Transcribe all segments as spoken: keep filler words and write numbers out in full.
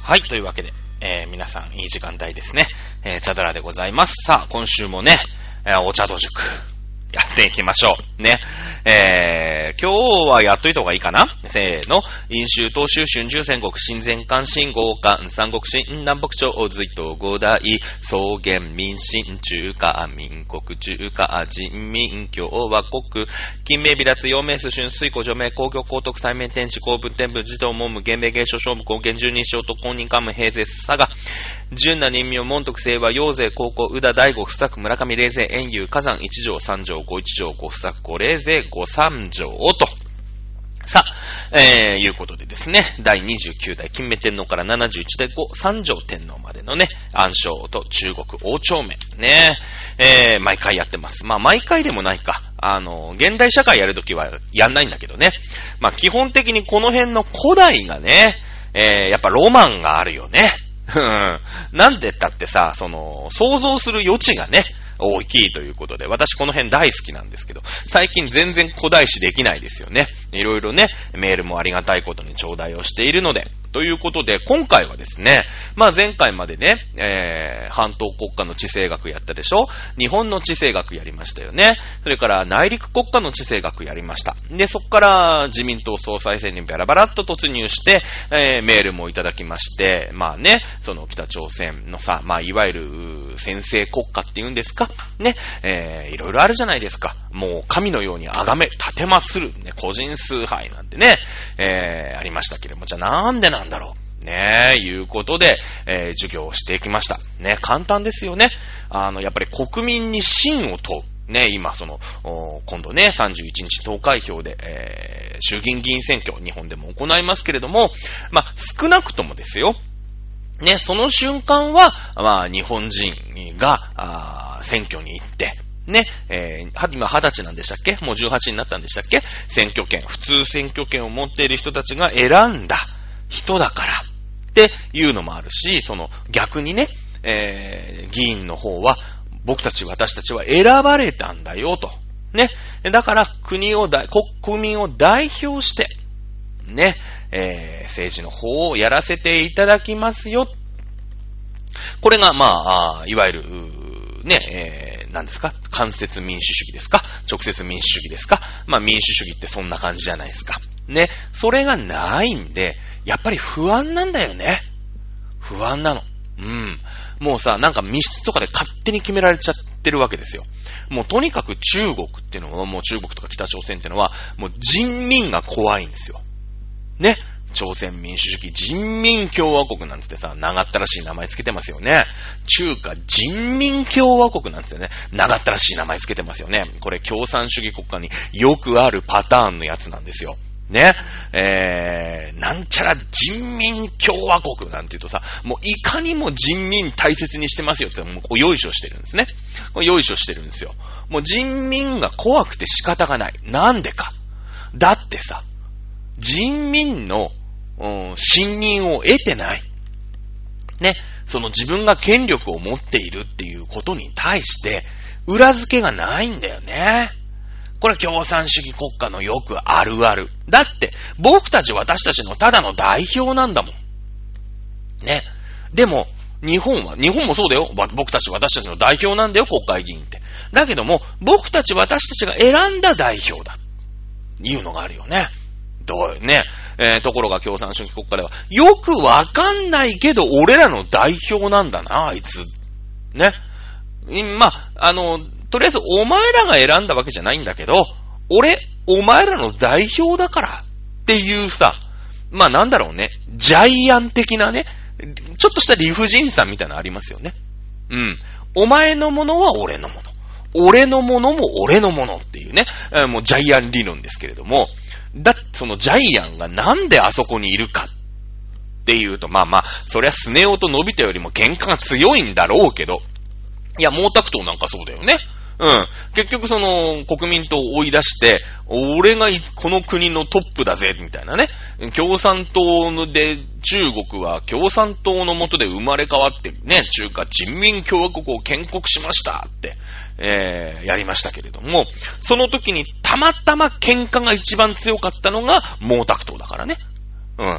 はい、というわけで、えー、皆さんいい時間帯ですね。えー、チャドラでございます。さあ、今週もね、えー、お茶戸塾やっていきましょう。ね。えー、今日はやっといた方がいいかな？せーの。飲酒、東州、春秋、戦国、新前関、新豪関、三国、新南北朝、隋東、五代、草原、民進、中華、民国、中華、人民、共和国、金名、微脱、陽明、春、水庫、除名、工業、高徳、西面、天地、公文、天文、児童、文武、玄明、芸書、勝負、貢献、十二将、特公認、官務、平勢、佐賀、純那、任名、門徳、清和、陽勢、高校、宇田、大悟、不作、村上、霊勢、遠遊、火山、一条、三条、五一条、五不作、五霊勢、五三条と。さあ、えー、いうことでですね、だいにじゅうきゅう代、金明天皇からななじゅういち代、五三条天皇までのね、暗唱と中国王朝名、ね、えー、毎回やってます。まあ、毎回でもないか。あの、現代社会やるときはやんないんだけどね。まあ、基本的にこの辺の古代がね、えー、やっぱロマンがあるよね。うん。なんでだってさ、その、想像する余地がね、大きいということで、私この辺大好きなんですけど、最近全然古代史できないですよね。いろいろね、メールもありがたいことに頂戴をしているので、ということで、今回はですね、まあ前回までね、えー、半島国家の地政学やったでしょ？日本の地政学やりましたよね。それから内陸国家の地政学やりました。で、そこから自民党総裁選にバラバラっと突入して、えー、メールもいただきまして、まあね、その北朝鮮のさ、まあいわゆる先制国家っていうんですか？ね、えー、いろいろあるじゃないですか。もう神のように崇め、立てまする、ね、個人崇拝なんてね、えー、ありましたけれども、じゃあなんでなんだろうねえ、いうことで、えー、授業をしていきました。ね、簡単ですよね。あの、やっぱり国民に信を問う。ね、今その、今度ね、さんじゅういちにち投開票で、えー、衆議院議員選挙、日本でも行いますけれども、まあ、少なくともですよ。ね、その瞬間は、まあ、日本人が、あ選挙に行って、ね、えー、今はたちなんでしたっけ？もうじゅうはちになったんでしたっけ？選挙権、普通選挙権を持っている人たちが選んだ人だからっていうのもあるし、その逆にね、えー、議員の方は、僕たち私たちは選ばれたんだよと。ね。だから国をだ、国民を代表して、ね、えー、政治の方をやらせていただきますよ。これが、まあ、あいわゆる、ね、えー、何ですか？間接民主主義ですか？直接民主主義ですか？まあ、民主主義ってそんな感じじゃないですか。ね。それがないんで、やっぱり不安なんだよね。不安なの。うん。もうさ、なんか密室とかで勝手に決められちゃってるわけですよ。もうとにかく中国っていうのは、もう中国とか北朝鮮っていうのは、もう人民が怖いんですよ。ね。朝鮮民主主義人民共和国なんつってさ、長ったらしい名前つけてますよね。中華人民共和国なんつってね、長ったらしい名前つけてますよね。これ共産主義国家によくあるパターンのやつなんですよ。ね。えー、なんちゃら人民共和国なんて言うとさ、もういかにも人民大切にしてますよってもうこうよいしょしてるんですね。こうよいしょしてるんですよ。もう人民が怖くて仕方がない。なんでか。だってさ、人民の、うん、信任を得てない。ね。その自分が権力を持っているっていうことに対して、裏付けがないんだよね。これ共産主義国家のよくあるある。だって、僕たち私たちのただの代表なんだもん。ね。でも、日本は、日本もそうだよ。僕たち私たちの代表なんだよ、国会議員って。だけども、僕たち私たちが選んだ代表だ。いうのがあるよね。どうね。えー、ところが共産主義国家では、よくわかんないけど、俺らの代表なんだな、あいつ。ね。まあ、あの、とりあえずお前らが選んだわけじゃないんだけど、俺、お前らの代表だからっていうさ、まあなんだろうね、ジャイアン的なね、ちょっとした理不尽さみたいなのありますよね。うん。お前のものは俺のもの。俺のものも俺のものっていうね、もうジャイアン理論ですけれども、だ、そのジャイアンがなんであそこにいるかっていうと、まあまあ、そりゃスネ夫とのび太よりも喧嘩が強いんだろうけど、いや、毛沢東なんかそうだよね。うん。結局その、国民党を追い出して、俺がこの国のトップだぜ、みたいなね。共産党で、中国は共産党の下で生まれ変わってね、中華人民共和国を建国しましたって、えー、やりましたけれども、その時にたまたま喧嘩が一番強かったのが毛沢東だからね。うん。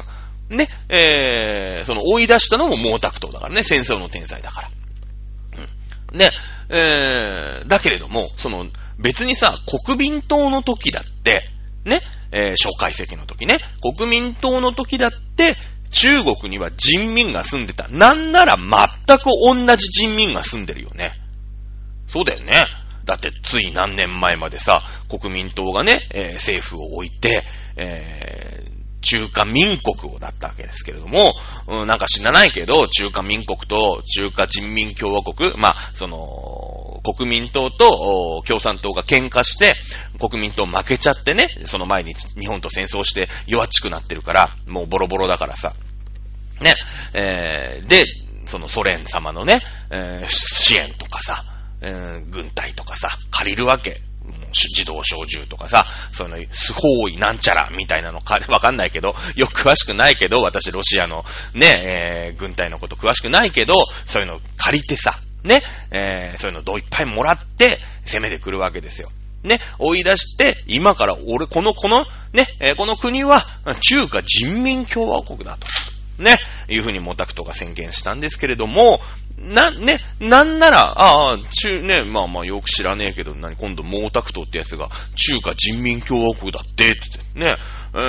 ね、えー、その追い出したのも毛沢東だからね、戦争の天才だから。うん。で、えー、だけれども、その、別にさ、国民党の時だって、ね、えー、蒋介石の時ね、国民党の時だって、中国には人民が住んでた。なんなら全く同じ人民が住んでるよね。そうだよね。だってつい何年前までさ、国民党がね、えー、政府を置いて、えー、中華民国をだったわけですけれども、うん、なんか知らないけど、中華民国と中華人民共和国、まあ、その、国民党と共産党が喧嘩して、国民党負けちゃってね、その前に日本と戦争して弱っちくなってるから、もうボロボロだからさ、ね、えー、で、そのソ連様のね、えー、支援とかさ、えー、軍隊とかさ、借りるわけ。自動小銃とかさ、そういうの、不法意なんちゃらみたいなのか、わかんないけど、よく詳しくないけど、私ロシアのね、えー、軍隊のこと詳しくないけど、そういうの借りてさ、ね、えー、そういうのどいっぱいもらって、攻めてくるわけですよ。ね、追い出して、今から俺、この、この、ね、えー、この国は、中華人民共和国だと。ね、いうふうに毛沢東が宣言したんですけれども、な、ね、なんなら、ああ、中、ね、まあまあよく知らねえけど、何、今度毛沢東ってやつが、中華人民共和国だって、って言って、ね、うん、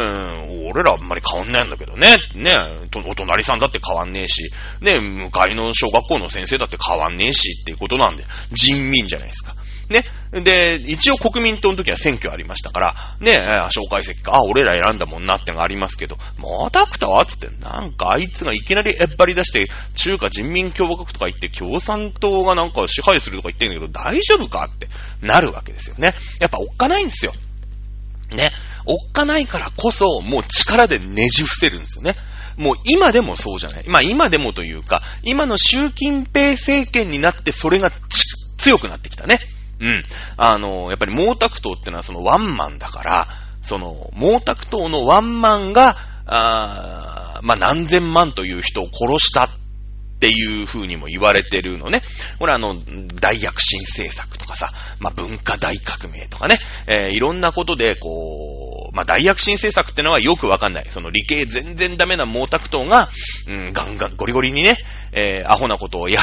俺らあんまり変わんないんだけどね、ね、お隣さんだって変わんねえし、ね、向かいの小学校の先生だって変わんねえしっていうことなんで、人民じゃないですか。ね。で、一応国民党の時は選挙ありましたから、ね、蒋介石か、あ、俺ら選んだもんなってのがありますけど、毛沢東はつって、なんかあいつがいきなりえっぱり出して、中華人民共和国とか言って、共産党がなんか支配するとか言ってるんだけど、大丈夫かってなるわけですよね。やっぱおっかないんですよ。ね。おっかないからこそ、もう力でねじ伏せるんですよね。もう今でもそうじゃない。まあ今でもというか、今の習近平政権になってそれが強くなってきたね。うん。あの、やっぱり毛沢東ってのはそのワンマンだから、その毛沢東のワンマンが、あまあ何千万という人を殺したっていう風にも言われてるのね。これあの、大躍進政策とかさ、まあ文化大革命とかね、えー、いろんなことでこう、まあ大躍進政策ってのはよくわかんない。その理系全然ダメな毛沢東が、うん、ガンガンゴリゴリにね、えー、アホなことをやって、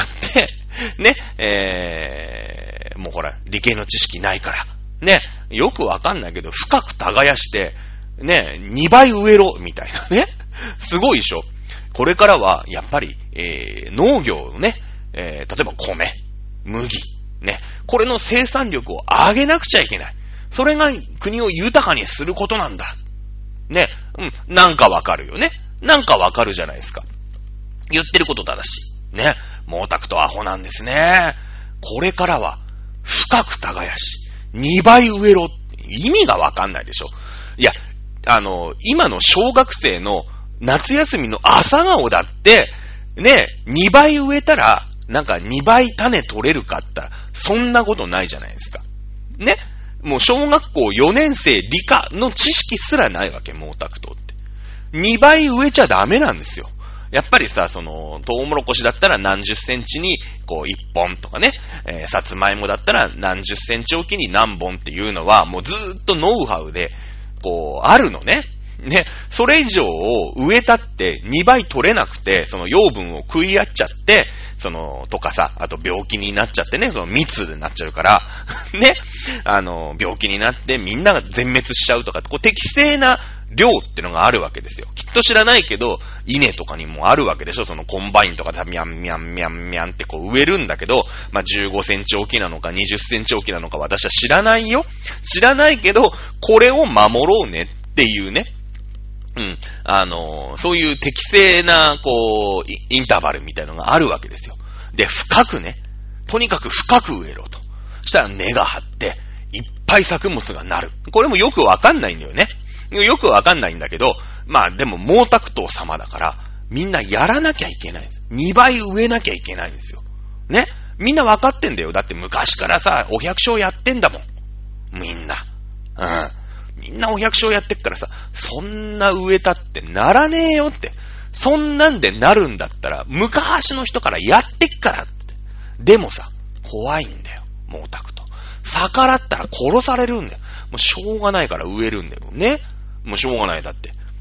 ね、えー、もうほら、理系の知識ないから、ね、よくわかんないけど、深く耕して、ね、にばい植えろ、みたいなね。すごいでしょ。これからは、やっぱり、えー、農業のね、えー、例えば米、麦、ね、これの生産力を上げなくちゃいけない。それが国を豊かにすることなんだ。ね、うん、なんかわかるよね。なんかわかるじゃないですか。言ってること正しい。ね、毛沢東アホなんですね。これからは、深く耕し、にばい植えろ。意味がわかんないでしょ。いや、あの、今の小学生の夏休みの朝顔だって、ね、にばい植えたら、なんかにばい種取れるかって言ったら、そんなことないじゃないですか。ね。もう小学校よねん生理科の知識すらないわけ、毛沢東って。にばい植えちゃダメなんですよ。やっぱりさ、その、トウモロコシだったら何十センチに、こう、いっぽんとかね、えー、さつまいもだったら何十センチおきに何本っていうのは、もうずーっとノウハウで、こう、あるのね。ね、それ以上を植えたってにばい取れなくて、その養分を食い合っちゃって、その、とかさ、あと病気になっちゃってね、その密になっちゃうから、ね、あの、病気になってみんなが全滅しちゃうとか、こう適正な量ってのがあるわけですよ。きっと知らないけど、稲とかにもあるわけでしょ。そのコンバインとかでミャンミャンミャンミャンってこう植えるんだけど、まあ、じゅうごセンチおきなのかにじゅっセンチおきなのか私は知らないよ。知らないけど、これを守ろうねっていうね。うん。あのー、そういう適正な、こう、インターバルみたいなのがあるわけですよ。で、深くね。とにかく深く植えろと。そしたら根が張って、いっぱい作物がなる。これもよくわかんないんだよね。よくわかんないんだけど、まあでも毛沢東様だから、みんなやらなきゃいけないんです。にばい植えなきゃいけないんですよ。ね。みんなわかってんだよ。だって昔からさ、お百姓やってんだもん。みんな。うん。みんなお百姓やってっからさ、そんな植えたってならねえよって。そんなんでなるんだったら、昔の人からやってっからって。でもさ、怖いんだよ、毛沢東。逆らったら殺されるんだよ。もうしょうがないから植えるんだよね。もうしょうがない。だって。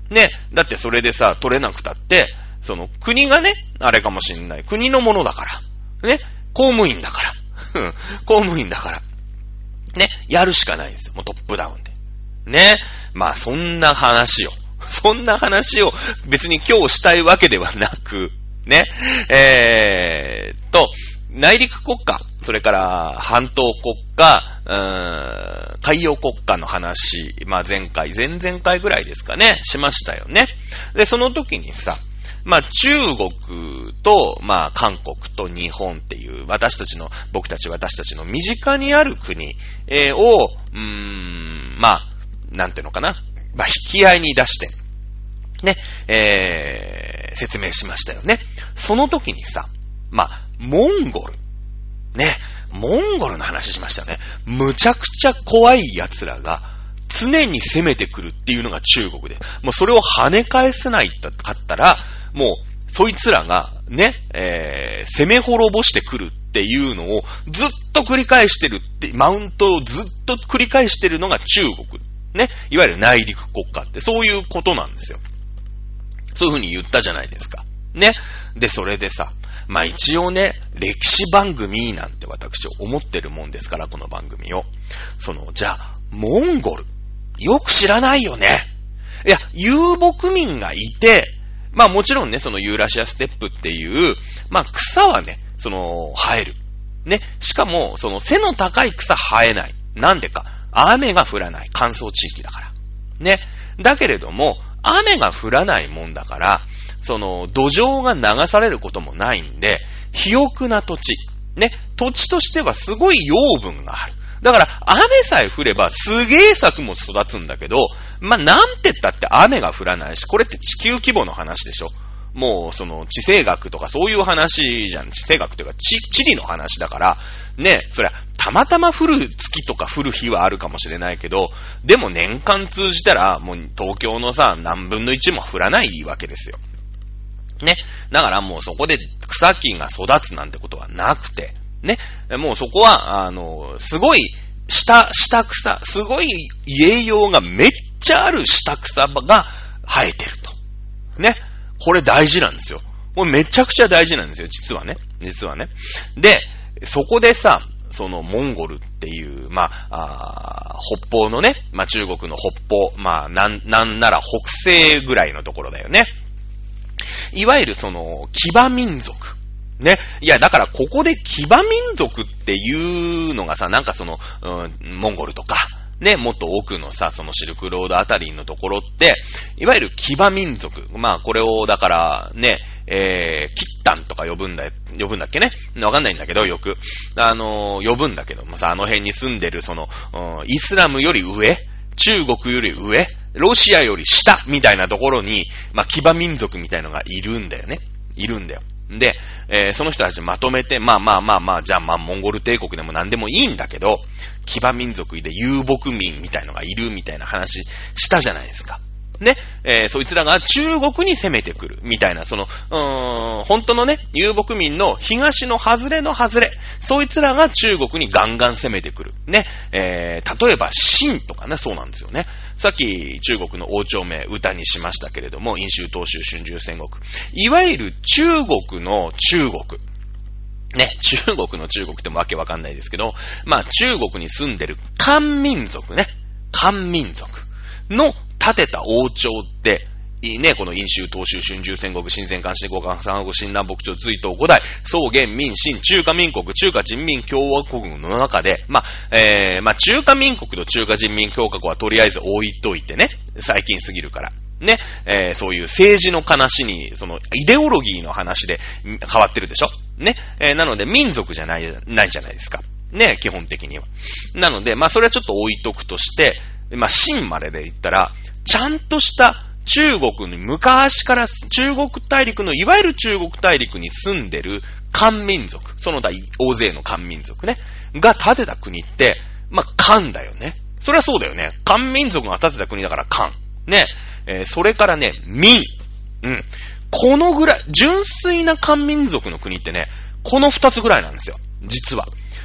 ね。だってそれでさ、取れなくたって、その国がね、あれかもしんない。国のものだから。ね。公務員だから。公務員だから。ね。やるしかないんですよ。もうトップダウンで。ね。まあそんな話を。そんな話を別に今日したいわけではなく、ね。えーっと、内陸国家、それから半島国家、うーん、海洋国家の話、まあ前回、前々回ぐらいですかね、しましたよね。で、その時にさ、まあ中国と、まあ韓国と日本っていう私たちの、僕たち私たちの身近にある国、えー、を、うーん、まあ、なんていうのかな、まあ引き合いに出して、ね、えー、説明しましたよね。その時にさ、まあ、モンゴル。ね、モンゴルの話しましたよね。むちゃくちゃ怖い奴らが常に攻めてくるっていうのが中国で、もうそれを跳ね返せないかったら、もうそいつらがね、えー、攻め滅ぼしてくるっていうのをずっと繰り返してるって、マウントをずっと繰り返してるのが中国。ね、いわゆる内陸国家ってそういうことなんですよ。そういうふうに言ったじゃないですか。ね。で、それでさ、まあ一応ね、歴史番組なんて私思ってるもんですから、この番組を。その、じゃあ、モンゴル。よく知らないよね。いや、遊牧民がいて、まあもちろんね、そのユーラシアステップっていう、まあ草はね、その、生える。ね。しかも、その背の高い草生えない。なんでか。雨が降らない。乾燥地域だから。ね。だけれども、雨が降らないもんだから、その土壌が流されることもないんで、肥沃な土地。ね。土地としてはすごい養分がある。だから、雨さえ降ればすげえ作物育つんだけど、まあ、なんて言ったって雨が降らないし、これって地球規模の話でしょ。もう、その、地政学とかそういう話じゃん。地政学というか、地、地理の話だから、ね、そりゃ、たまたま降る月とか降る日はあるかもしれないけど、でも年間通じたら、もう東京のさ、何分の一も降らないわけですよ。ね。だからもうそこで草木が育つなんてことはなくて、ね。もうそこは、あの、すごい、下、下草、すごい栄養がめっちゃある下草が生えてると。ね。これ大事なんですよ。これめちゃくちゃ大事なんですよ、実はね。実はね。で、そこでさ、そのモンゴルっていう、まあ、あ北方のね、まあ中国の北方、まあなん、なんなら北西ぐらいのところだよね。いわゆるその、騎馬民族。ね。いや、だからここで騎馬民族っていうのがさ、なんかその、うん、モンゴルとか、ね、もっと奥のさ、そのシルクロードあたりのところって、いわゆる騎馬民族。まあ、これを、だから、ね、えー、キッタンとか呼ぶんだ、呼ぶんだっけね。わかんないんだけど、よく。あのー、呼ぶんだけどもさ、あの辺に住んでる、その、うん、イスラムより上、中国より上、ロシアより下、みたいなところに、まあ、騎馬民族みたいのがいるんだよね。いるんだよ。で、えー、その人たちまとめて、まあまあまあまあ、じゃあまあ、モンゴル帝国でも何でもいいんだけど、騎馬民族で遊牧民みたいのがいるみたいな話したじゃないですか。ね、えー、そいつらが中国に攻めてくるみたいな、その、うーん、本当のね、遊牧民の東の外れの外れ、そいつらが中国にガンガン攻めてくる。ね、えー、例えば、秦とかね、そうなんですよね。さっき中国の王朝名歌にしましたけれども、殷周、東周、春秋、戦国。いわゆる中国の中国。ね、中国の中国ってもわけわかんないですけど、まあ中国に住んでる漢民族ね、漢民族の建てた王朝って、いいね、この殷周、東周、春秋、戦国、新前漢、新五漢、三国、新南北朝、隋唐五代、宋元民、清、中華民国、中華人民共和国の中で、まあ、えー、まあ中華民国と中華人民共和国はとりあえず置いといてね、最近すぎるから。ね、えー、そういう政治の話に、その、イデオロギーの話で変わってるでしょね、えー、なので民族じゃない、ないじゃないですか。ね、基本的には。なので、まあそれはちょっと置いとくとして、まあ秦までで言ったら、ちゃんとした中国に昔から中国大陸のいわゆる中国大陸に住んでる漢民族、その他大勢の漢民族ね、が建てた国って、まあ漢だよね。それはそうだよね。漢民族が建てた国だから漢。ね。えー、それからね、民。うん。このぐらい、純粋な漢民族の国ってね、この二つぐらいなんですよ。実は。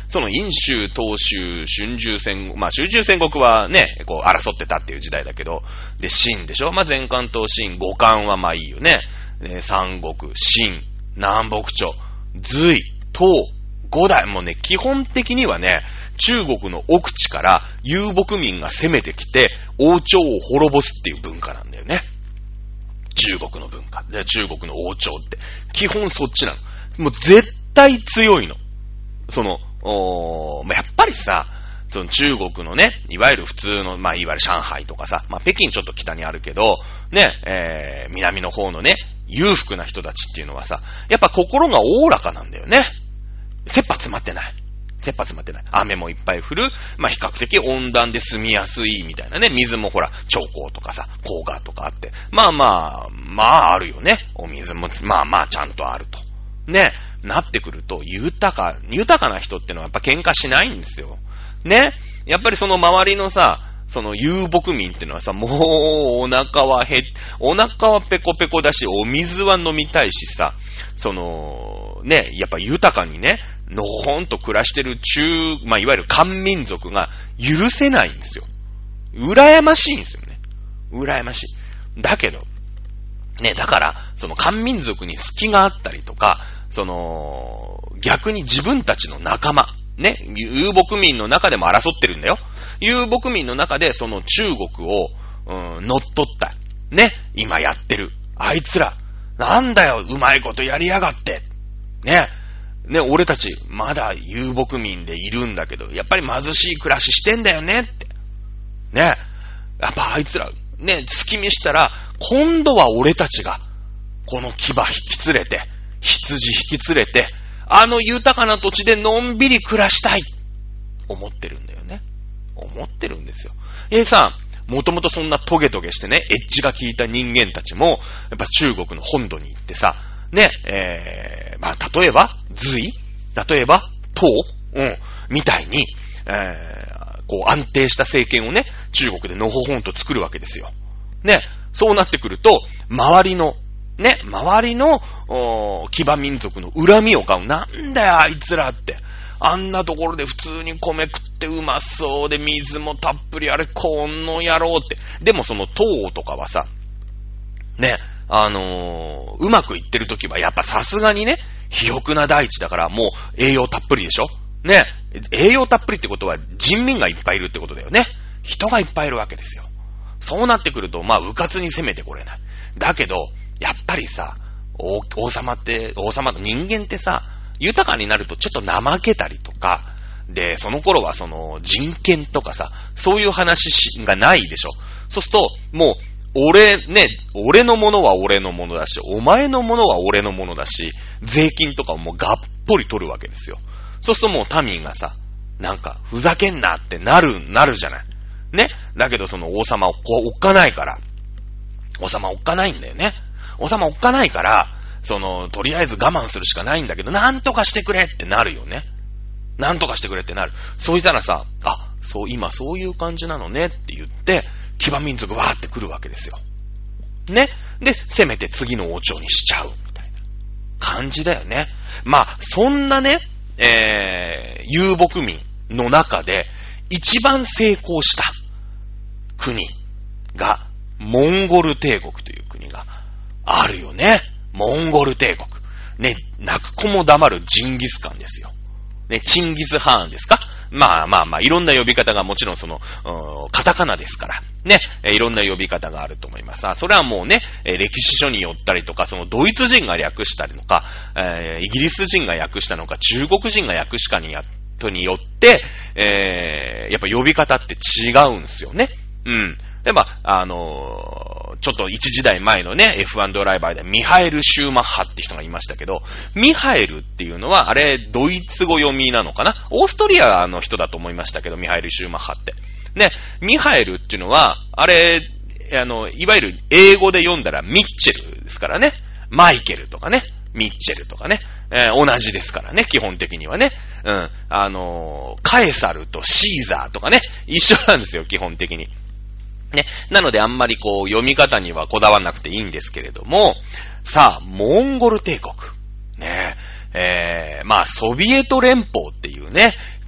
その殷州、東州、春秋戦国、まあ春秋戦国はね、こう争ってたっていう時代だけど、で、秦でしょ。まあ前漢と秦、五漢はまあいいよね。ね、三国、秦、南北朝、隋、唐、五代、もうね、基本的にはね、中国の奥地から遊牧民が攻めてきて、王朝を滅ぼすっていう文化なんだよね。中国の文化。で、中国の王朝って。基本そっちなの。もう絶対強いの。その、おまあ、やっぱりさ、その中国のね、いわゆる普通の、まあ、いわゆる上海とかさ、まあ、北京ちょっと北にあるけど、ね、えー、南の方のね、裕福な人たちっていうのはさ、やっぱ心がおおらかなんだよね。切羽詰まってない。切羽詰まってない。雨もいっぱい降る。まあ、比較的温暖で住みやすいみたいなね。水もほら、長江とかさ、黄河とかあって。まあまあ、まああるよね。お水も、まあまあちゃんとあると。ね。なってくると、豊か、豊かな人ってのはやっぱ喧嘩しないんですよ。ね。やっぱりその周りのさ、その遊牧民ってのはさ、もうお腹はへ、お腹はペコペコだし、お水は飲みたいしさ、その、ね、やっぱ豊かにね、のほんと暮らしてる中、まあ、いわゆる漢民族が許せないんですよ。羨ましいんですよね。羨ましい。だけど、ね、だから、その漢民族に隙があったりとか、その、逆に自分たちの仲間、ね、遊牧民の中でも争ってるんだよ。遊牧民の中でその中国を、うん、乗っ取った。ね、今やってる。あいつら、なんだよ、うまいことやりやがって。ね。ね、俺たち、まだ遊牧民でいるんだけど、やっぱり貧しい暮らししてんだよねって。ね。やっぱあいつら、ね、隙見したら、今度は俺たちが、この牙引き連れて、羊引き連れて、あの豊かな土地でのんびり暮らしたい。思ってるんだよね。思ってるんですよ。えー、さ、もともとそんなトゲトゲしてね、エッジが効いた人間たちも、やっぱ中国の本土に行ってさ、ね、えー、まあ、例えば、隋例えば、唐うん、みたいに、えー、こう安定した政権をね、中国でのほほんと作るわけですよ。ね、そうなってくると、周りの、ね、周りの、騎馬民族の恨みを買う。なんだよ、あいつらって。あんなところで普通に米食ってうまそうで水もたっぷりあれ、この野郎って。でもその唐とかはさ、ね、あのー、うまくいってる時はやっぱさすがにね、肥沃な大地だからもう栄養たっぷりでしょね。栄養たっぷりってことは人民がいっぱいいるってことだよね。人がいっぱいいるわけですよ。そうなってくると、まあ、迂闊に攻めてこれない。だけど、やっぱりさ、王、王様って、王様の人間ってさ、豊かになるとちょっと怠けたりとか、で、その頃はその人権とかさ、そういう話がないでしょ。そうすると、もう、俺ね、俺のものは俺のものだし、お前のものは俺のものだし、税金とかもがっぽり取るわけですよ。そうするともう民がさ、なんか、ふざけんなってなる、なるじゃない。ね。だけどその王様をこうおっかないから、王様おっかないんだよね。王様おっかないから、その、とりあえず我慢するしかないんだけど、なんとかしてくれってなるよね。なんとかしてくれってなる。そうしたらさ、あ、そう、今そういう感じなのねって言って、騎馬民族わーって来るわけですよ。ね。で、せめて次の王朝にしちゃうみたいな感じだよね。まあ、そんなね、えー、遊牧民の中で一番成功した国がモンゴル帝国という国があるよね。モンゴル帝国。ね、泣く子も黙るジンギスカンですよ。ね、チンギスハーンですか？まあまあまあ、いろんな呼び方がもちろんその、カタカナですから、ね、いろんな呼び方があると思います。それはもうね、歴史書によったりとか、そのドイツ人が略したりとか、えー、イギリス人が訳したのか、中国人が訳したにやによって、えー、やっぱ呼び方って違うんですよね。うん。で、まあ、あのー、ちょっと一時代前のね、エフワン ドライバーでミハエル・シューマッハって人がいましたけど、ミハエルっていうのは、あれ、ドイツ語読みなのかな？オーストリアの人だと思いましたけど、ミハエル・シューマッハって。ね、ミハエルっていうのは、あれ、あの、いわゆる英語で読んだらミッチェルですからね。マイケルとかね、ミッチェルとかね、えー、同じですからね、基本的にはね。うん。あのー、カエサルとシーザーとかね、一緒なんですよ、基本的に。ね。なのであんまりこう読み方にはこだわらなくていいんですけれども、さあ、モンゴル帝国。ねえ、えー、まあソビエト連邦っていうね、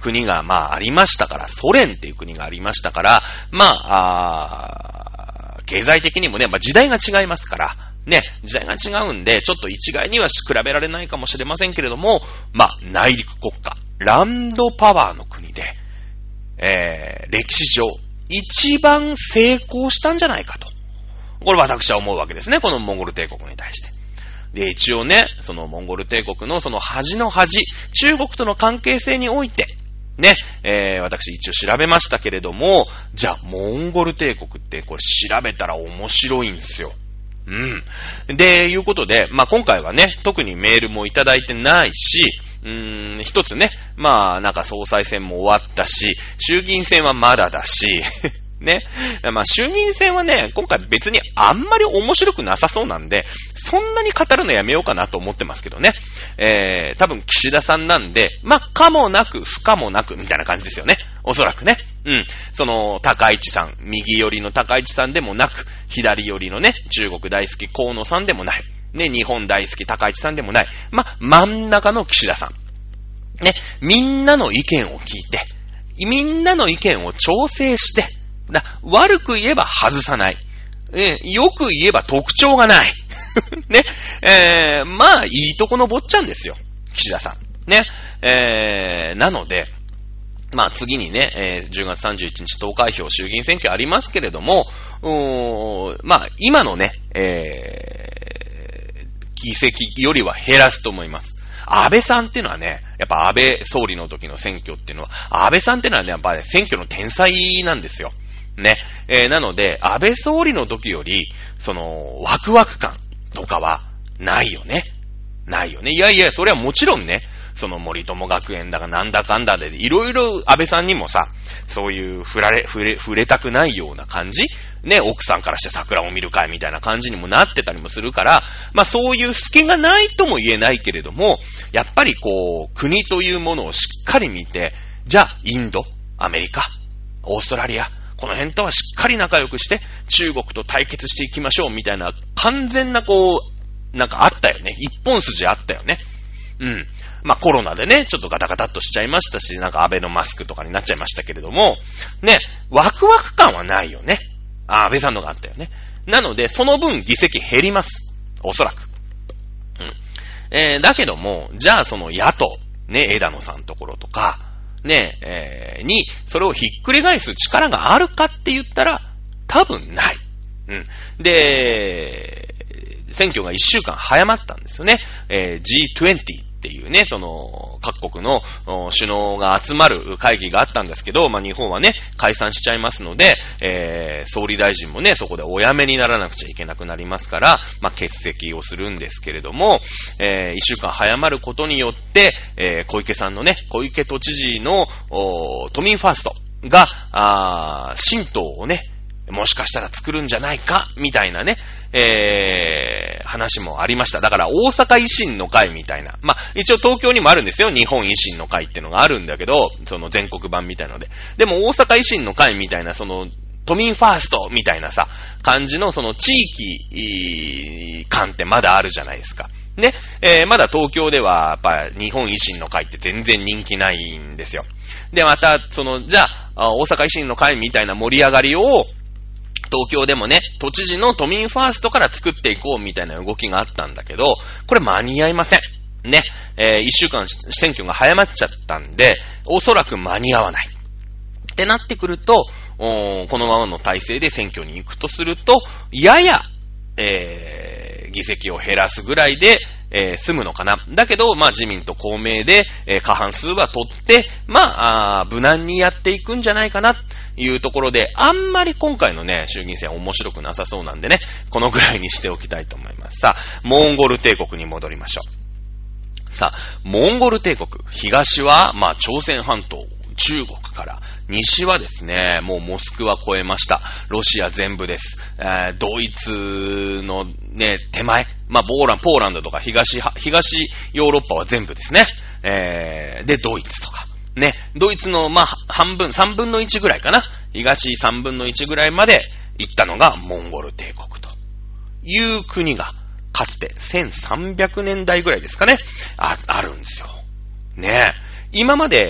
国がまあありましたから、ソ連っていう国がありましたから、まあ、あ経済的にもね、まあ時代が違いますから、ね、時代が違うんで、ちょっと一概には比べられないかもしれませんけれども、まあ内陸国家、ランドパワーの国で、えー、歴史上一番成功したんじゃないかと。これ私は思うわけですね、このモンゴル帝国に対して。で、一応ね、そのモンゴル帝国のその端の端、中国との関係性において、ね、えー、私一応調べましたけれども、じゃあ、モンゴル帝国ってこれ調べたら面白いんですよ。うん。で、いうことで、まあ、今回はね、特にメールもいただいてないし、うーん、一つね、まあ、なんか総裁選も終わったし、衆議院選はまだだし、ね。まあ、衆議院選はね、今回別にあんまり面白くなさそうなんで、そんなに語るのやめようかなと思ってますけどね。えー、多分岸田さんなんで、まあ、かもなく不可もなくみたいな感じですよね。おそらくね。うん。その、高市さん、右寄りの高市さんでもなく、左寄りのね、中国大好き河野さんでもない。ね、日本大好き高市さんでもない。まあ、真ん中の岸田さん。ね、みんなの意見を聞いて、みんなの意見を調整して、だ悪く言えば外さない。えー、よく言えば特徴がない。ね。えー、まあ、いいとこの坊ちゃんですよ。岸田さん。ね。えー、なので、まあ次にね、えー、じゅうがつさんじゅういちにち投開票衆議院選挙ありますけれども、うーんまあ今のね、えー、議席よりは減らすと思います。安倍さんっていうのはね、やっぱ安倍総理の時の選挙っていうのは、安倍さんっていうのはね、やっぱね、選挙の天才なんですよ。ね。えー、なので、安倍総理の時より、その、ワクワク感とかはないよね。ないよね。いやいや、それはもちろんね、その森友学園だかなんだかんだで、いろいろ安倍さんにもさ、そういう触られ、触れ、触れたくないような感じね、奥さんからして桜を見る会みたいな感じにもなってたりもするから、まあそういう隙がないとも言えないけれども、やっぱりこう、国というものをしっかり見て、じゃあ、インド、アメリカ、オーストラリア、この辺とはしっかり仲良くして、中国と対決していきましょうみたいな、完全なこう、なんかあったよね。一本筋あったよね。うん。まあコロナでね、ちょっとガタガタっとしちゃいましたし、なんか安倍のマスクとかになっちゃいましたけれども、ね、ワクワク感はないよね。あ、安倍さんのがあったよね。なので、その分議席減ります。おそらく。うん。えー、だけども、じゃあその野党、ね、枝野さんのところとか、ね、えー、に、それをひっくり返す力があるかって言ったら、多分ない。うん。で、選挙がいっしゅうかん早まったんですよね。えー、ジーにじゅう っていうね、その、各国の首脳が集まる会議があったんですけど、まあ日本はね、解散しちゃいますので、えー、総理大臣もね、そこでお辞めにならなくちゃいけなくなりますから、まあ欠席をするんですけれども、えー、いっしゅうかん早まることによって、えー、小池さんのね、小池都知事の都民ファーストが、あ新党をね、もしかしたら作るんじゃないかみたいなね、えー、話もありました。だから大阪維新の会みたいな。まあ、一応東京にもあるんですよ。日本維新の会っていうのがあるんだけど、その全国版みたいなので。でも大阪維新の会みたいな、その、都民ファーストみたいなさ、感じのその地域感ってまだあるじゃないですか。ね。えー、まだ東京では、やっぱ日本維新の会って全然人気ないんですよ。で、また、その、じゃあ、大阪維新の会みたいな盛り上がりを、東京でもね、都知事の都民ファーストから作っていこうみたいな動きがあったんだけど、これ間に合いません。ね。えー、一週間選挙が早まっちゃったんで、おそらく間に合わない。ってなってくると、このままの体制で選挙に行くとすると、やや、えー、議席を減らすぐらいで、えー、済むのかな。だけど、まあ自民と公明で、えー、過半数は取って、まあ、あ無難にやっていくんじゃないかな。いうところで、あんまり今回のね、衆議院選面白くなさそうなんでね、このぐらいにしておきたいと思います。さあ、モンゴル帝国に戻りましょう。さあ、モンゴル帝国、東は、まあ、朝鮮半島、中国から、西はですね、もうモスクワ超えました。ロシア全部です。えー、ドイツのね、手前、まあ、ポーラン、ポーランドとか東、東ヨーロッパは全部ですね。えー、で、ドイツとか。ね、ドイツの、まあ、半分、三分の一ぐらいかな。東三分の一ぐらいまで行ったのがモンゴル帝国という国が、かつてせんさんびゃくねんだいぐらいですかね。あ、あるんですよ。ねえ。今まで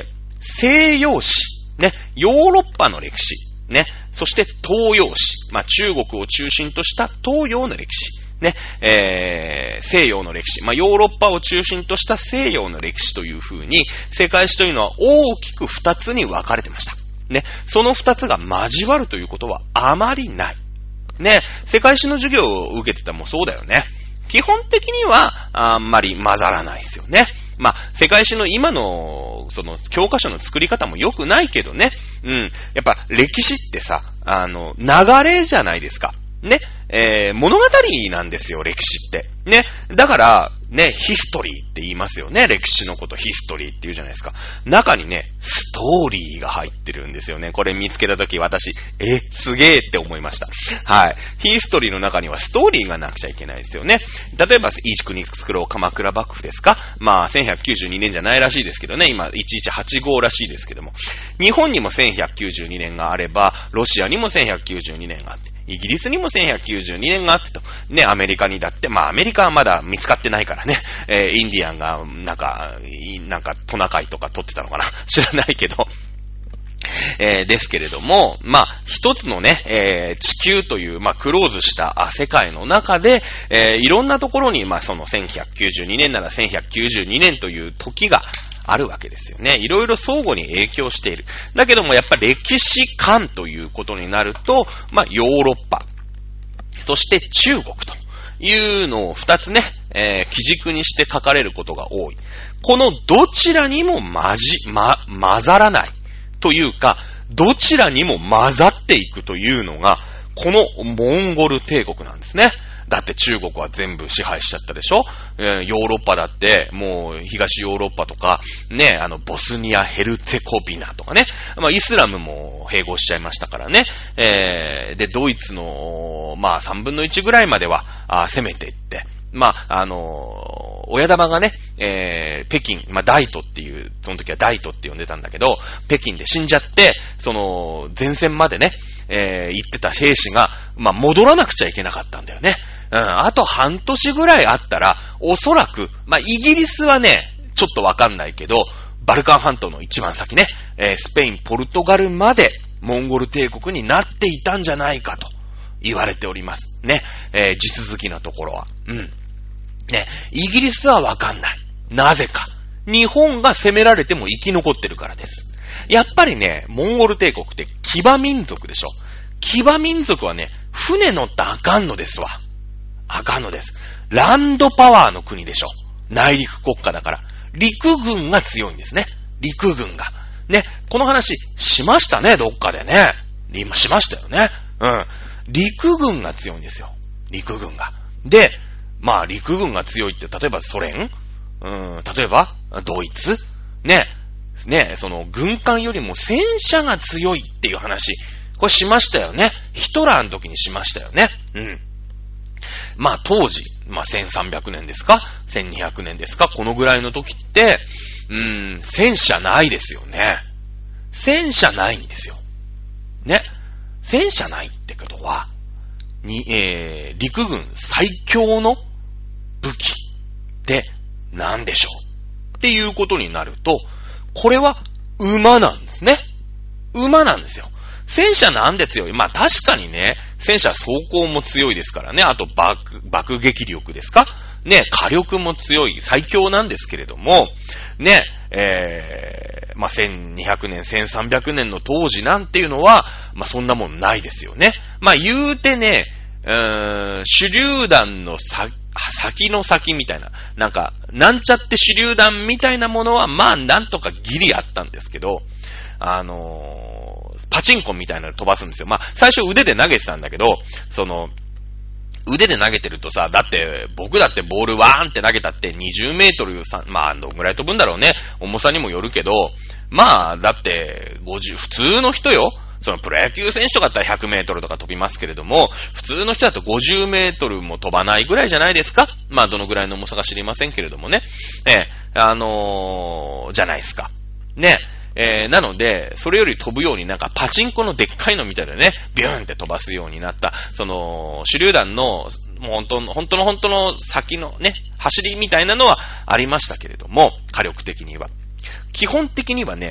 西洋史、ね、ヨーロッパの歴史、ね、そして東洋史、まあ中国を中心とした東洋の歴史、ね、えー、西洋の歴史、まあヨーロッパを中心とした西洋の歴史という風に、世界史というのは大きく二つに分かれてました。ね、その二つが交わるということはあまりない。ね、世界史の授業を受けてたもそうだよね。基本的にはあんまり混ざらないですよね。まあ、世界史の今の、その、教科書の作り方も良くないけどね。うん。やっぱ、歴史ってさ、あの、流れじゃないですか。ね。えー、物語なんですよ、歴史って。ね。だから、ね、ヒストリーって言いますよね。歴史のこと、ヒストリーって言うじゃないですか。中にね、ストーリーが入ってるんですよね。これ見つけたとき、私、え、すげーって思いました。はい。ヒストリーの中にはストーリーがなくちゃいけないですよね。例えば、いち国作ろう鎌倉幕府ですか？まあ、せんひゃくきゅうじゅうにねんじゃないらしいですけどね。今、いちいちはちごらしいですけども。日本にもせんひゃくきゅうじゅうにねんがあれば、ロシアにもせんひゃくきゅうじゅうにねんがあって、イギリスにもせんひゃくきゅうじゅうにねんがあってと。ね、アメリカにだって、まあアメリカはまだ見つかってないからね。えー、インディアンが、なんか、なんかトナカイとか取ってたのかな知らないけど。えー、ですけれども、まあ、一つのね、えー、地球という、まあ、クローズした世界の中で、えー、いろんなところに、まあ、そのせんひゃくきゅうじゅうにねんならせんひゃくきゅうじゅうにねんという時があるわけですよね。いろいろ相互に影響している。だけども、やっぱり歴史観ということになると、まあ、ヨーロッパ、そして中国というのを二つね、えー、基軸にして書かれることが多い。このどちらにも混じ、ま、混ざらない。というか、どちらにも混ざっていくというのが、このモンゴル帝国なんですね。だって中国は全部支配しちゃったでしょ、えー、ヨーロッパだって、もう東ヨーロッパとか、ね、あの、ボスニア・ヘルツェコビナとかね、まあ、イスラムも併合しちゃいましたからね、えー、で、ドイツの、まあ、三分の一ぐらいまでは、あ攻めていって、まあ、あのー、親玉がね、えー、北京、まあ、大都っていう、その時は大都って呼んでたんだけど、北京で死んじゃって、その、前線までね、えー、行ってた兵士が、まあ、戻らなくちゃいけなかったんだよね。うん、あと半年ぐらいあったら、おそらく、まあ、イギリスはね、ちょっとわかんないけど、バルカン半島の一番先ね、えー、スペイン、ポルトガルまで、モンゴル帝国になっていたんじゃないかと言われております。ね、えー、地続きのところは。うん。ね、イギリスはわかんない。なぜか。日本が攻められても生き残ってるからです。やっぱりね、モンゴル帝国って騎馬民族でしょ。騎馬民族はね、船乗ったらあかんのですわ。あかんのです。ランドパワーの国でしょ。内陸国家だから。陸軍が強いんですね。陸軍が。ね、この話しましたね、どっかでね。今しましたよね。うん。陸軍が強いんですよ。陸軍が。で、まあ陸軍が強いって、例えばソ連、うん、例えばドイツね、ね、その軍艦よりも戦車が強いっていう話、これしましたよね。ヒトラーの時にしましたよね。うん。まあ当時、まあせんさんびゃくねんですか ?せんにひゃくねんですかこのぐらいの時って、うーん、戦車ないですよね。戦車ないんですよ。ね。戦車ないってことは、に、えー、陸軍最強の武器って何でしょうっていうことになると、これは馬なんですね。馬なんですよ。戦車なんで強い？まあ確かにね、戦車走行も強いですからね。あと爆、爆撃力ですか？ね、火力も強い、最強なんですけれども、ね、えー、まあせんにひゃくねん、せんさんびゃくねんの当時なんていうのは、まあそんなもんないですよね。まあ言うてね、うーん、手榴弾の先、先の先みたいな、なんか、なんちゃって手榴弾みたいなものは、まあなんとかギリあったんですけど、あのー、パチンコみたいなの飛ばすんですよ。まあ最初腕で投げてたんだけど、その、腕で投げてるとさ、だって僕だってボールワーンって投げたってにじゅうメートルさ、まあどんぐらい飛ぶんだろうね。重さにもよるけど、まあだってごじゅう、普通の人よ。そのプロ野球選手とかだったらひゃくメートルとか飛びますけれども、普通の人だとごじゅうメートルも飛ばないぐらいじゃないですか？まあどのぐらいの重さか知りませんけれどもね。ええ、あのー、じゃないですか。ね。えー、なので、それより飛ぶようになんかパチンコのでっかいのみたいなね、ビューンって飛ばすようになった、その、手榴弾の、もう本当の、本当の本当の先のね、走りみたいなのはありましたけれども、火力的には。基本的にはね、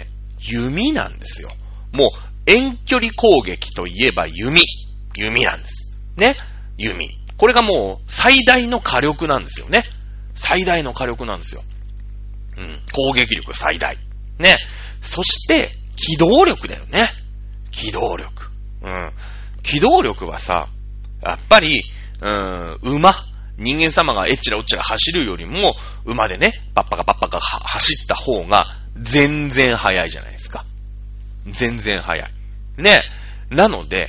弓なんですよ。もう遠距離攻撃といえば弓。弓なんです。ね。弓。これがもう最大の火力なんですよね。最大の火力なんですよ。うん。攻撃力最大。ね。そして、機動力だよね。機動力。うん。機動力はさ、やっぱり、うん、馬。人間様がえっちらおっちら走るよりも、馬でね、パッパカパッパカ走った方が全然速いじゃないですか。全然速い。ね。なので、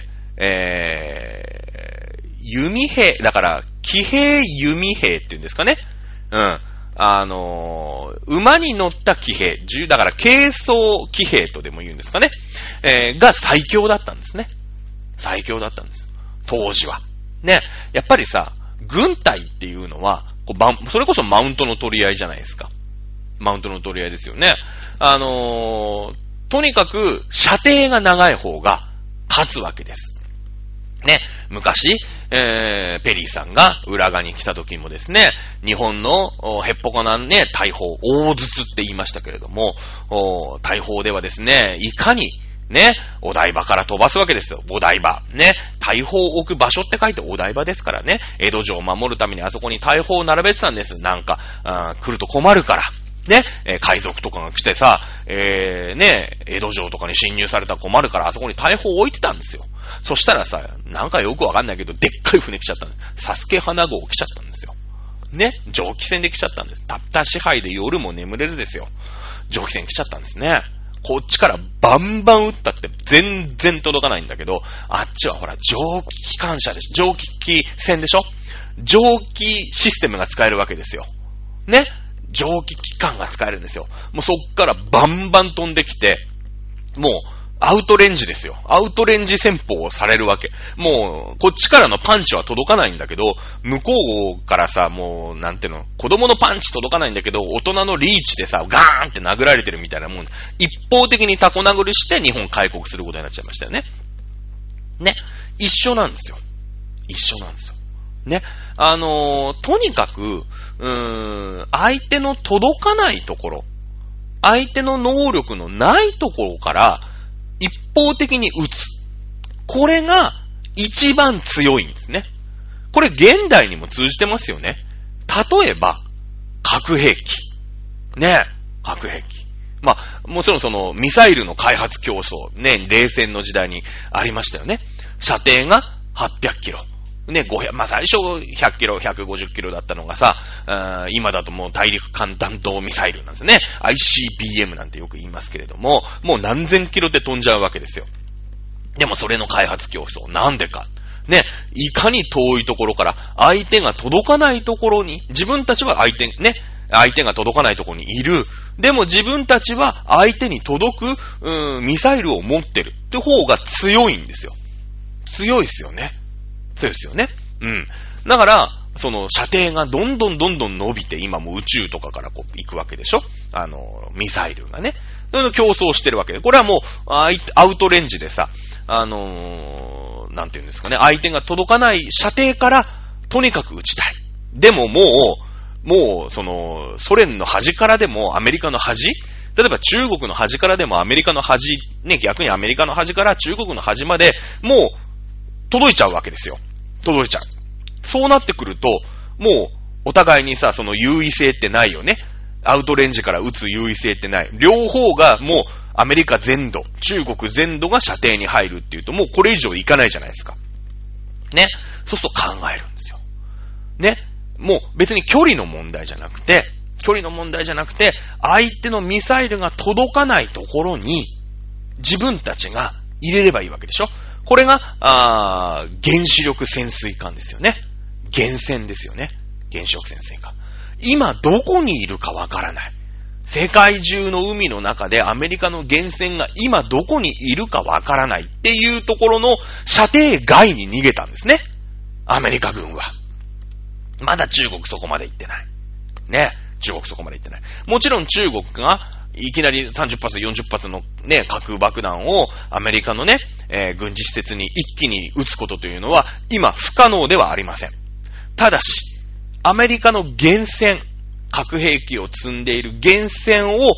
えー、弓兵、だから、騎兵弓兵っていうんですかね。うん。あのー、馬に乗った騎兵、だから軽装騎兵とでも言うんですかね。えー、が最強だったんですね。最強だったんです。当時は。ね。やっぱりさ、軍隊っていうのは、こうそれこそマウントの取り合いじゃないですか。マウントの取り合いですよね。あのー、とにかく射程が長い方が勝つわけです。ね、昔、えー、ペリーさんが浦賀に来た時もですね、日本のへっぽこなね、大砲、大筒って言いましたけれども、大砲ではですね、いかにね、お台場から飛ばすわけですよ。お台場。ね。大砲を置く場所って書いてお台場ですからね。江戸城を守るためにあそこに大砲を並べてたんです。なんか、あ来ると困るから。ね。えー、海賊とかが来てさ、えー、ね、江戸城とかに侵入されたら困るからあそこに大砲を置いてたんですよ。そしたらさ、なんかよくわかんないけど、でっかい船来ちゃったんです。サスケ花号来ちゃったんですよ。ね。蒸気船で来ちゃったんです。たった支配で夜も眠れるですよ。蒸気船来ちゃったんですね。こっちからバンバン撃ったって全然届かないんだけど、あっちはほら蒸気機関車でしょ。蒸気船でしょ。蒸気システムが使えるわけですよ。ね。蒸気機関が使えるんですよ。もうそっからバンバン飛んできて、もうアウトレンジですよ。アウトレンジ戦法をされるわけ。もう、こっちからのパンチは届かないんだけど、向こうからさ、もう、なんていうの、子供のパンチ届かないんだけど、大人のリーチでさ、ガーンって殴られてるみたいなもん。一方的にタコ殴りして日本開国することになっちゃいましたよね。ね。一緒なんですよ。一緒なんですよ。ね。あのー、とにかく、うーん、相手の届かないところ、相手の能力のないところから、一方的に撃つ。これが一番強いんですね。これ現代にも通じてますよね。例えば、核兵器。ね、核兵器。まあ、もちろんそのミサイルの開発競争、ね、冷戦の時代にありましたよね。射程がはっぴゃくキロ。ね、ごひゃく、まあ最初ひゃっキロ、ひゃくごじゅっキロだったのがさ、今だともう大陸間弾道ミサイルなんですね。アイシービーエム なんてよく言いますけれども、もう何千キロで飛んじゃうわけですよ。でもそれの開発競争、なんでか。ね、いかに遠いところから相手が届かないところに、自分たちは相手、ね、相手が届かないところにいる。でも自分たちは相手に届く、うーん、ミサイルを持ってるって方が強いんですよ。強いですよね。そうですよね。うん。だから、その射程がどんどんどんどん伸びて、今も宇宙とかからこう行くわけでしょ。あの、ミサイルがね。競争してるわけで。これはもう、アウトレンジでさ、あのー、なんていうんですかね。相手が届かない射程から、とにかく撃ちたい。でももう、もう、その、ソ連の端からでもアメリカの端、例えば中国の端からでもアメリカの端、ね、逆にアメリカの端から中国の端まで、もう、届いちゃうわけですよ。届いちゃう。そうなってくると、もう、お互いにさ、その優位性ってないよね。アウトレンジから撃つ優位性ってない。両方がもう、アメリカ全土、中国全土が射程に入るっていうと、もうこれ以上いかないじゃないですか。ね。そうすると考えるんですよ。ね。もう別に距離の問題じゃなくて、距離の問題じゃなくて、相手のミサイルが届かないところに、自分たちが入れればいいわけでしょ。これが、あ原子力潜水艦ですよね。原潜ですよね。原子力潜水艦。今どこにいるかわからない。世界中の海の中でアメリカの原潜が今どこにいるかわからないっていうところの射程外に逃げたんですね。アメリカ軍は。まだ中国そこまで行ってない。ね。中国そこまで行ってない。もちろん中国がいきなりさんじゅっぱつ、よんじゅっぱつのね、核爆弾をアメリカのね、えー、軍事施設に一気に撃つことというのは今不可能ではありません。ただし、アメリカの原潜、核兵器を積んでいる原潜を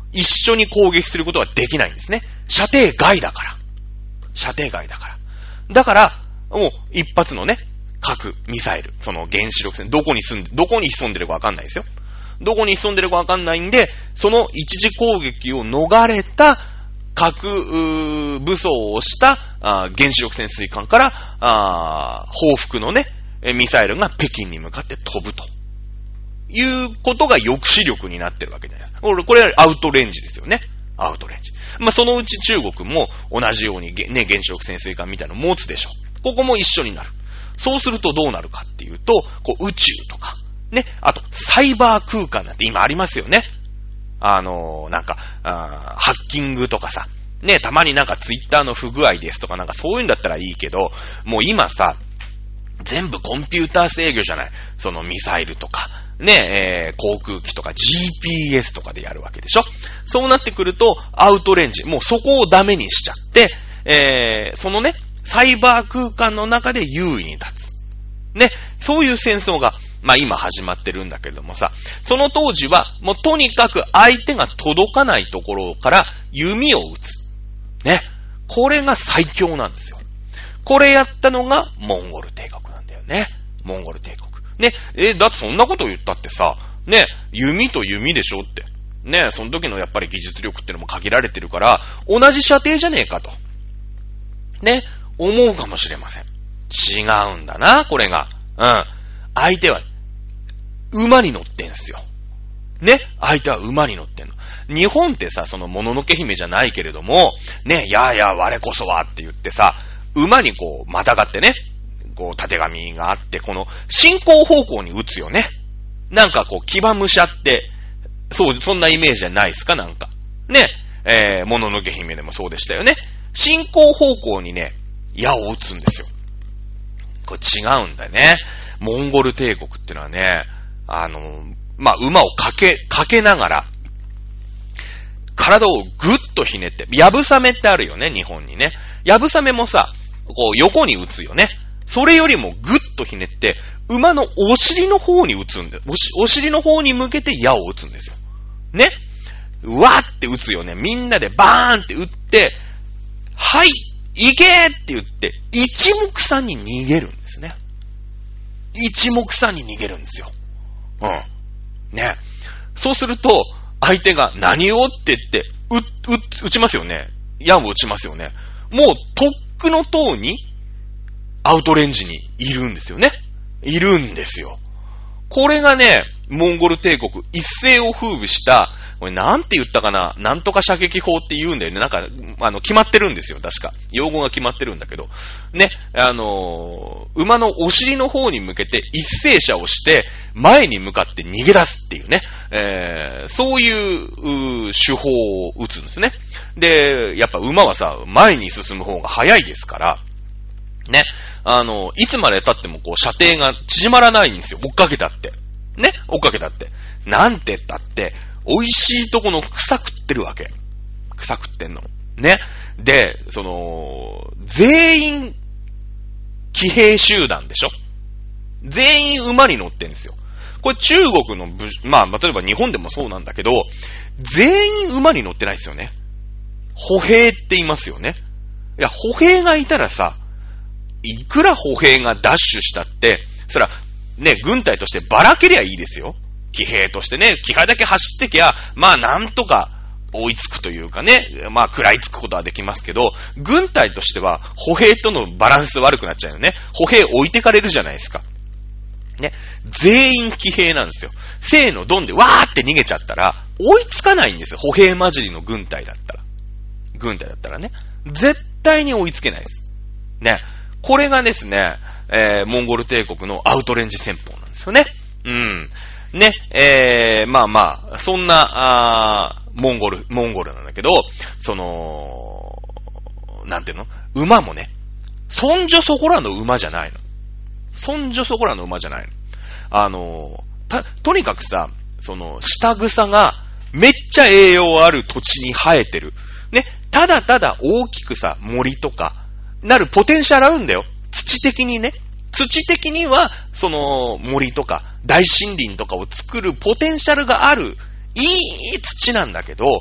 一緒に攻撃することはできないんですね。射程外だから。射程外だから。だから、もう一発のね、核、ミサイル、その原子力船、どこに住んで、どこに潜んでるかわかんないですよ。どこに潜んでるかわかんないんで、その一時攻撃を逃れた核武装をしたあ原子力潜水艦からあ報復のね、ミサイルが北京に向かって飛ぶということが抑止力になってるわけじゃないですか。これ、これはアウトレンジですよね。アウトレンジ。まあ、そのうち中国も同じようにね、原子力潜水艦みたいなのを持つでしょう。ここも一緒になる。そうするとどうなるかっていうと、こう宇宙とか、ね、あとサイバー空間なんて今ありますよね。あのー、なんかあ、ハッキングとかさ、ね、たまになんかツイッターの不具合ですとかなんかそういうんだったらいいけど、もう今さ、全部コンピューター制御じゃない。そのミサイルとか、ね、えー、航空機とか ジーピーエス とかでやるわけでしょ。そうなってくると、アウトレンジ、もうそこをダメにしちゃって、えー、そのね、サイバー空間の中で優位に立つ。ね、そういう戦争が、まあ今始まってるんだけどもさ、その当時は、もうとにかく相手が届かないところから弓を撃つ。ね、これが最強なんですよ。これやったのがモンゴル帝国なんだよね。モンゴル帝国。ね、えー、だってそんなこと言ったってさ、ね、弓と弓でしょって。ね、その時のやっぱり技術力ってのも限られてるから、同じ射程じゃねえかと。ね、思うかもしれません。違うんだな、これが。うん。相手は、馬に乗ってんすよ。ね、相手は馬に乗ってんの。日本ってさ、そのもののけ姫じゃないけれども、ね、やあやあ我こそはって言ってさ、馬にこう、またがってね、こう、縦紙があって、この、進行方向に打つよね。なんかこう、騎馬武者って、そう、そんなイメージじゃないですか、なんか。ね、えー、もののけ姫でもそうでしたよね。進行方向にね、矢を打つんですよ。これ違うんだよね。モンゴル帝国ってのはね、あの、まあ、馬をかけ、かけながら、体をぐっとひねって、やぶさめってあるよね、日本にね。やぶさめもさ、こう横に打つよね。それよりもぐっとひねって、馬のお尻の方に打つんだよ。おし、お尻の方に向けて矢を打つんですよ。ね。うわーって打つよね。みんなでバーンって打って、はい、行けーって言って、一目散に逃げるんですね。一目散に逃げるんですよ。うん。ね。そうすると、相手が何をって言って、う、う、撃ちますよね。矢を撃ちますよね。もう、とっくの塔に、アウトレンジにいるんですよね。いるんですよ。これがね、モンゴル帝国一世を風靡した、これなんて言ったかな、なんとか射撃法って言うんだよね。なんか、あの、決まってるんですよ、確か。用語が決まってるんだけど。ね、あのー、馬のお尻の方に向けて一斉射をして、前に向かって逃げ出すっていうね。えー、そういう、う手法を打つんですね。で、やっぱ馬はさ、前に進む方が早いですから、ね。あの、いつまで経ってもこう、射程が縮まらないんですよ。追っかけたって。ね。追っかけたって。なんて言ったって、美味しいとこの草食ってるわけ。草食ってんの。ね。で、その、全員、騎兵集団でしょ？全員馬に乗ってんですよ。これ中国の武、まあ、例えば日本でもそうなんだけど、全員馬に乗ってないですよね。歩兵って言いますよね。いや、歩兵がいたらさ、いくら歩兵がダッシュしたって、そら、ね、軍隊としてばらけりゃいいですよ。騎兵としてね、騎兵だけ走ってきゃ、まあなんとか追いつくというかね、まあ食らいつくことはできますけど、軍隊としては歩兵とのバランス悪くなっちゃうよね。歩兵置いてかれるじゃないですか。ね、全員騎兵なんですよ。せーのドンでわーって逃げちゃったら、追いつかないんですよ。歩兵混じりの軍隊だったら。軍隊だったらね。絶対に追いつけないです。ね。これがですね、えー、モンゴル帝国のアウトレンジ戦法なんですよね。うん。ね、えー、まあまあ、そんな、あモンゴル、モンゴルなんだけど、その、なんていうの？馬もね、そんじょそこらの馬じゃないの。そんじょそこらの馬じゃないの。あの、た、とにかくさ、その、下草がめっちゃ栄養ある土地に生えてる。ね、ただただ大きくさ、森とか、なるポテンシャルあるんだよ。土的にね。土的には、その森とか大森林とかを作るポテンシャルがある、いい土なんだけど、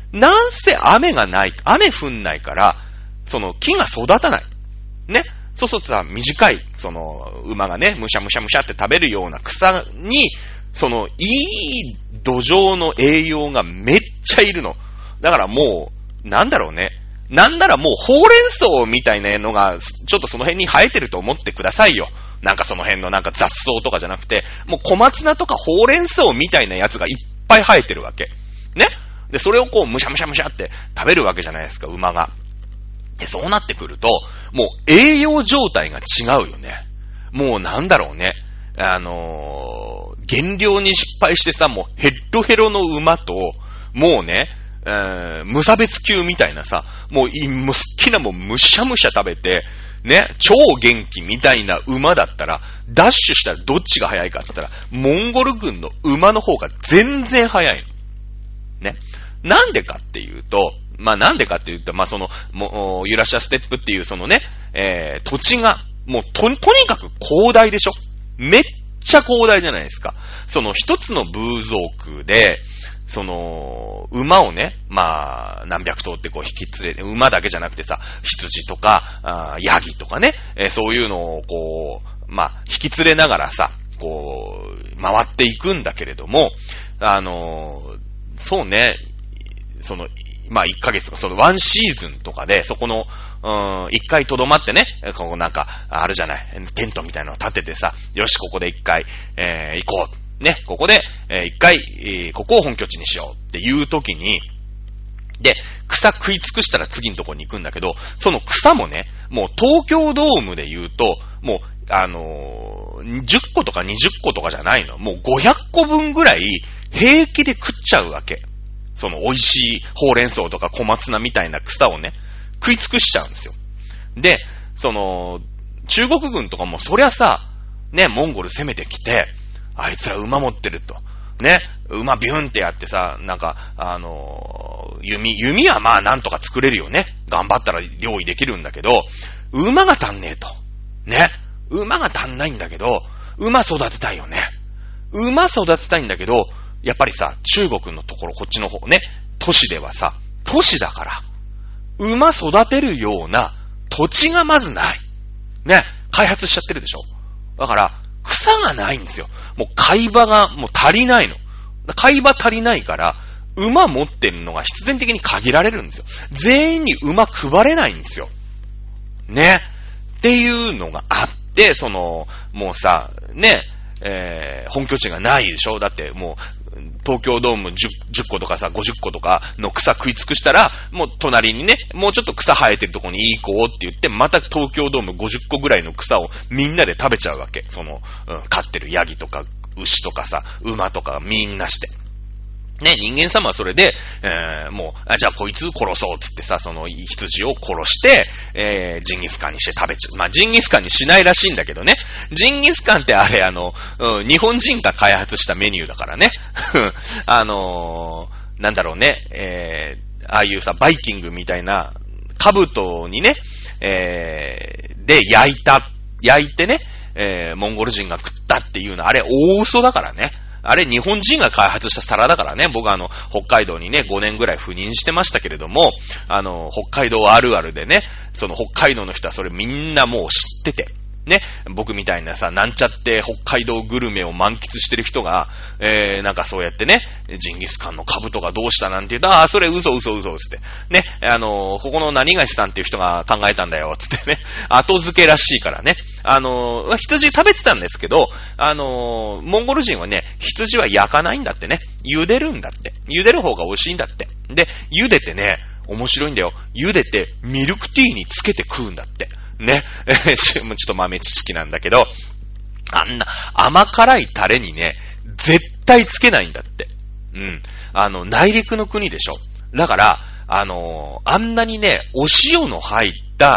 なんせ雨がない、雨降んないから、その木が育たない。ね。そうするとさ、短い、その、馬がね、むしゃむしゃむしゃって食べるような草に、その、いい土壌の栄養がめっちゃいるの。だからもう、なんだろうね。なんならもうほうれん草みたいなのが、ちょっとその辺に生えてると思ってくださいよ。なんかその辺のなんか雑草とかじゃなくて、もう小松菜とかほうれん草みたいなやつがいっぱい生えてるわけ。ね。で、それをこう、むしゃむしゃむしゃって食べるわけじゃないですか、馬が。で、そうなってくると、もう栄養状態が違うよね。もうなんだろうね。あのー、減量に失敗してさ、もうヘッロヘロの馬と、もうね、えー、無差別級みたいなさ、もう、もう好きなもんむしゃむしゃ食べて、ね、超元気みたいな馬だったら、ダッシュしたらどっちが速いかって言ったら、モンゴル軍の馬の方が全然速いの。ね。なんでかっていうと、まあなんでかっていうと、まあその、もう、ユラシアステップっていうそのね、えー、土地が、もうと、とにかく広大でしょ？めっちゃ広大じゃないですか。その一つの部族で、その、馬をね、まあ、何百頭ってこう引き連れて、馬だけじゃなくてさ、羊とか、あヤギとかね、えー、そういうのをこう、まあ、引き連れながらさ、こう、回っていくんだけれども、あのー、そうね、その、まあ、いっかげつとか、そのワンシーズンとかで、そこの、うん、一回とどまってね、ここなんか、あるじゃない、テントみたいなのを立ててさ、よし、ここで一回、えー、行こう。ね、ここで、えー、一回、えー、ここを本拠地にしようっていう時に、で、草食い尽くしたら次のところに行くんだけど、その草もね、もう東京ドームで言うと、もう、あのー、じゅっことかにじゅっことかじゃないの。もうごひゃっこぶんぐらい平気で食っちゃうわけ。その美味しいほうれん草とか小松菜みたいな草をね、食い尽くしちゃうんですよ。で、その、中国軍とかもそりゃさ、ね、モンゴル攻めてきて、あいつら馬持ってると。ね。馬ビュンってやってさ、なんか、あのー、弓、弓はまあなんとか作れるよね。頑張ったら用意できるんだけど、馬が足んねえと。ね。馬が足んないんだけど、馬育てたいよね。馬育てたいんだけど、やっぱりさ、中国のところ、こっちの方ね、都市ではさ、都市だから、馬育てるような土地がまずない。ね。開発しちゃってるでしょ。だから、草がないんですよ。もう飼い場がもう足りないの。飼い場足りないから、馬持ってるのが必然的に限られるんですよ。全員に馬配れないんですよ。ね。っていうのがあって、その、もうさ、ね、えー、本拠地がないでしょ。だってもう、東京ドーム 10, じゅっことかさ、ごじゅっことかの草食い尽くしたら、もう隣にね、もうちょっと草生えてるとこに行こうって言って、また東京ドームごじゅっこぐらいの草をみんなで食べちゃうわけ。その、うん、飼ってるヤギとか牛とかさ、馬とかみんなして。ね、人間様はそれで、えー、もう、あ、じゃあこいつ殺そうっつってさ、その羊を殺して、えー、ジンギスカンにして食べちゃう。まあ、ジンギスカンにしないらしいんだけどね。ジンギスカンってあれ、あの、うん、日本人が開発したメニューだからね。あのー、なんだろうね、えー、ああいうさ、バイキングみたいな、兜にね、えー、で、焼いた、焼いてね、えー、モンゴル人が食ったっていうのは、あれ、大嘘だからね。あれ日本人が開発した皿だからね。僕はあの、北海道にね、ごねんぐらい赴任してましたけれども、あの、北海道あるあるでね、その北海道の人はそれみんなもう知ってて、ね、僕みたいなさ、なんちゃって北海道グルメを満喫してる人が、えー、なんかそうやってね、ジンギスカンの兜がどうしたなんて言うと、ああ、それ嘘嘘嘘つって。ね、あのー、ここの何がしさんっていう人が考えたんだよ、つってね、後付けらしいからね。あのー、羊食べてたんですけど、あのー、モンゴル人はね、羊は焼かないんだってね。茹でるんだって。茹でる方が美味しいんだって。で、茹でてね、面白いんだよ。茹でてミルクティーにつけて食うんだって。ね。ちょっと豆知識なんだけど、あんな甘辛いタレにね、絶対つけないんだって。うん。あの、内陸の国でしょ。だから、あのー、あんなにね、お塩の入った、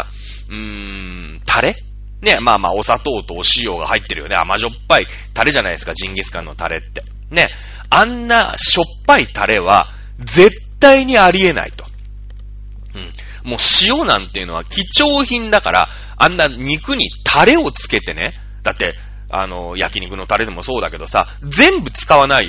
うーん、タレね、まあまあ、お砂糖とお塩が入ってるよね。甘じょっぱいタレじゃないですか、ジンギスカンのタレって。ね。あんなしょっぱいタレは、絶対にありえないと。うん。もう塩なんていうのは貴重品だから、あんな肉にタレをつけてね。だって、あの、焼肉のタレでもそうだけどさ、全部使わないよね。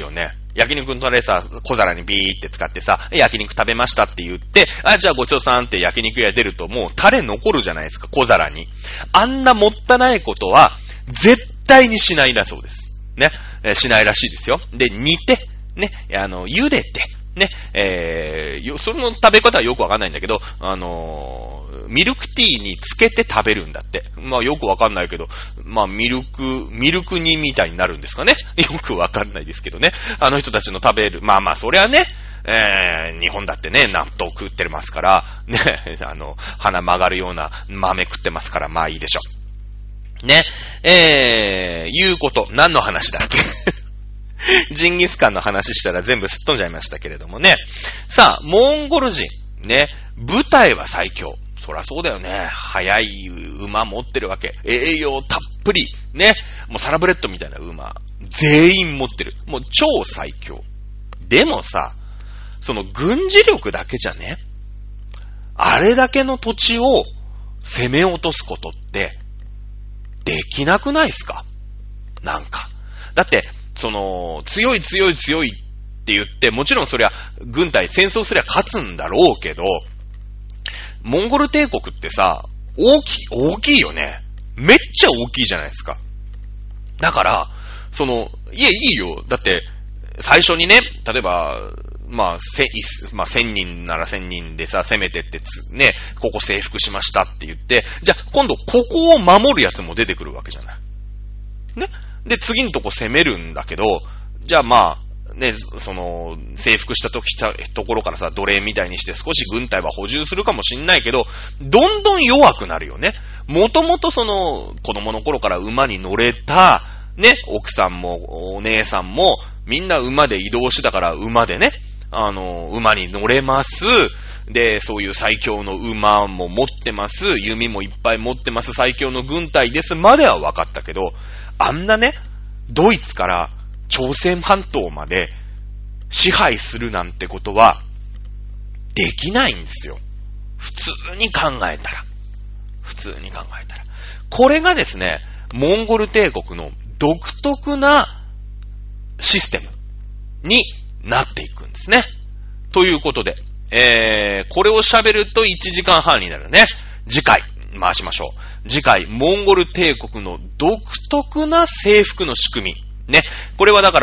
焼肉のタレさ、小皿にビーって使ってさ、焼肉食べましたって言って、あ、じゃあごちそうさんって焼肉屋出るともうタレ残るじゃないですか、小皿に。あんなもったいないことは、絶対にしないらそうです。ね。えー、しないらしいですよ。で、煮て、ね、あの、茹でて、ね、えー、その食べ方はよくわかんないんだけど、あのー、ミルクティーにつけて食べるんだって。まあよくわかんないけど、まあミルク、ミルク煮みたいになるんですかね。よくわかんないですけどね。あの人たちの食べる、まあまあそれはね、えー、日本だってね、納豆食ってますから、ね、あの、鼻曲がるような豆食ってますから、まあいいでしょう。ね、えー、いうこと、何の話だっけジンギスカンの話したら全部すっ飛んじゃいましたけれどもね。さあ、モンゴル人。ね。舞台は最強。そらそうだよね。速い馬持ってるわけ。栄養たっぷり。ね。もうサラブレッドみたいな馬。全員持ってる。もう超最強。でもさ、その軍事力だけじゃね。あれだけの土地を攻め落とすことって、できなくないですか？なんか。だって、その、強い強い強いって言って、もちろんそりゃ、軍隊戦争すりゃ勝つんだろうけど、モンゴル帝国ってさ、大きい、大きいよね。めっちゃ大きいじゃないですか。だから、その、いえ、いいよ。だって、最初にね、例えば、まあ、せ、まあ、千人なら千人でさ、攻めてってつ、ね、ここ征服しましたって言って、じゃあ、今度ここを守るやつも出てくるわけじゃない。ね。で、次のとこ攻めるんだけど、じゃあまあ、ね、その、征服したときたところからさ、奴隷みたいにして少し軍隊は補充するかもしんないけど、どんどん弱くなるよね。もともとその、子供の頃から馬に乗れた、ね、奥さんもお姉さんも、みんな馬で移動してたから馬でね、あの、馬に乗れます。で、そういう最強の馬も持ってます。弓もいっぱい持ってます。最強の軍隊ですまでは分かったけど、あんなね、ドイツから朝鮮半島まで支配するなんてことはできないんですよ。普通に考えたら。普通に考えたら。これがですね、モンゴル帝国の独特なシステムになっていくんですね。ということで、えー、これを喋るといちじかんはんになるね。次回回しましょう。次回、モンゴル帝国の独特な征服の仕組み。ね。これはだから、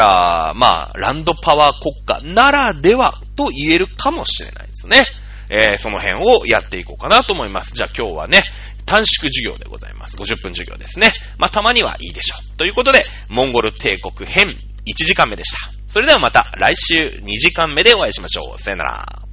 まあ、ランドパワー国家ならではと言えるかもしれないですね。えー、その辺をやっていこうかなと思います。じゃあ今日はね、短縮授業でございます。ごじゅっぷん授業ですね。まあ、たまにはいいでしょう。ということで、モンゴル帝国編いちじかんめでした。それではまた来週にじかんめでお会いしましょう。さよなら。